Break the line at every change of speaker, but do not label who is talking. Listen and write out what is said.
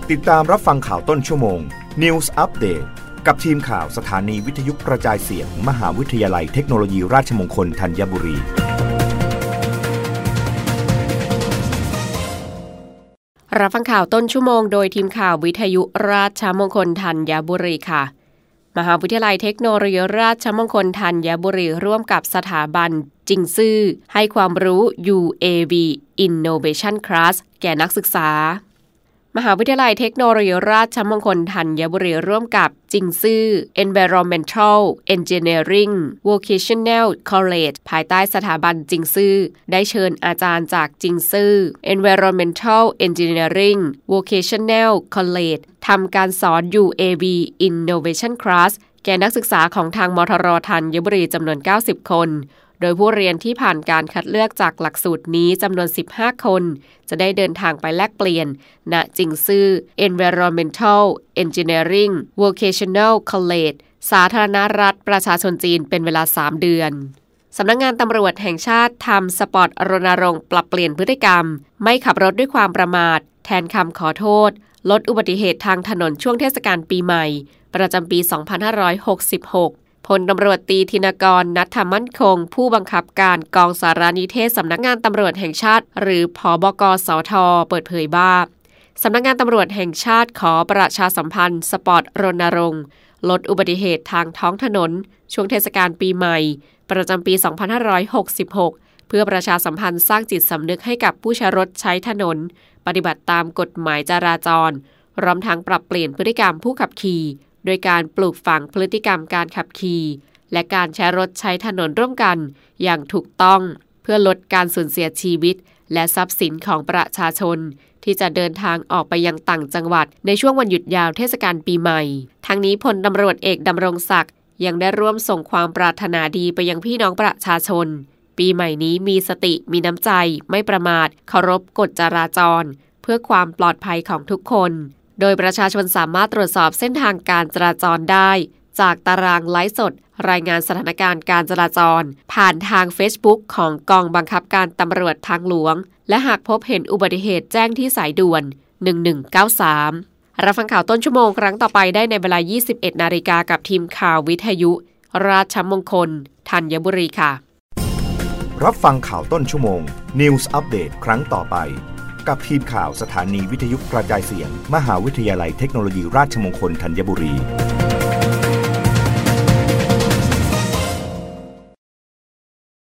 ติดตามรับฟังข่าวต้นชั่วโมง News Update กับทีมข่าวสถานีวิทยุกระจายเสียง มหาวิทยาลัยเทคโนโลยีราชมงคลธัญบุรี
รับฟังข่าวต้นชั่วโมงโดยทีมข่าววิทยุราชมงคลธัญบุรีค่ะมหาวิทยาลัยเทคโนโลยีราชมงคลธัญบุรีร่วมกับสถาบันจิงซื่อให้ความรู้ UAV Innovation Class แก่นักศึกษามหาวิทยาลัยเทคโนโลยีราชมงคลธัญบุรีร่วมกับจิงซื่อ Environmental Engineering Vocational College ภายใต้สถาบันจิงซื่อได้เชิญอาจารย์จากจิงซื่อ Environmental Engineering Vocational College ทำการสอน UAV Innovation Class แก่นักศึกษาของทางมทร.ธัญบุรีจำนวน90คนโดยผู้เรียนที่ผ่านการคัดเลือกจากหลักสูตรนี้จำนวน15คนจะได้เดินทางไปแลกเปลี่ยนณจิงซื่อ Environmental Engineering Vocational College สาธารณรัฐประชาชนจีนเป็นเวลา3เดือนสำนักงานตำรวจแห่งชาติทำสปอตรณรงค์ปรับเปลี่ยนพฤติกรรมไม่ขับรถด้วยความประมาทแทนคำขอโทษลดอุบัติเหตุทางถนนช่วงเทศกาลปีใหม่ประจำปี 2566พลตำรวจตรีธินกร ณัฐมั่นคงผู้บังคับการกองสารนิเทศสำนักงานตำรวจแห่งชาติหรือผบก.สท.เปิดเผยว่าสำนักงานตำรวจแห่งชาติขอประชาสัมพันธ์สปอตรณรงค์ลดอุบัติเหตุทางท้องถนนช่วงเทศกาลปีใหม่ประจำปี 2566 เพื่อประชาสัมพันธ์สร้างจิตสำนึกให้กับผู้ใช้รถใช้ถนนปฏิบัติตามกฎหมายจราจรพร้อมทั้งปรับเปลี่ยนพฤติกรรมผู้ขับขี่โดยการปลูกฝังพฤติกรรมการขับขี่และการใช้รถใช้ถนนร่วมกันอย่างถูกต้องเพื่อลดการสูญเสียชีวิตและทรัพย์สินของประชาชนที่จะเดินทางออกไปยังต่างจังหวัดในช่วงวันหยุดยาวเทศกาลปีใหม่ทั้งนี้พลตำรวจเอกดำรงศักดิ์ยังได้ร่วมส่งความปรารถนาดีไปยังพี่น้องประชาชนปีใหม่นี้มีสติมีน้ำใจไม่ประมาทเคารพกฎจราจรเพื่อความปลอดภัยของทุกคนโดยประชาชนสามารถตรวจสอบเส้นทางการจราจรได้จากตารางไลฟ์สดรายงานสถานการณ์การจราจรผ่านทาง Facebook ของกองบังคับการตำรวจทางหลวงและหากพบเห็นอุบัติเหตุแจ้งที่สายด่วน1193รับฟังข่าวต้นชั่วโมงครั้งต่อไปได้ในเวลา 21 นาฬิกากับทีมข่าววิทยุราชมงคลธัญบุรีค่ะ
รับฟังข่าวต้นชั่วโมง News Update ครั้งต่อไปกับทีมข่าวสถานีวิทยุกระจายเสียง มหาวิทยาลัยเทคโนโลยีราชมงคลธัญบุรี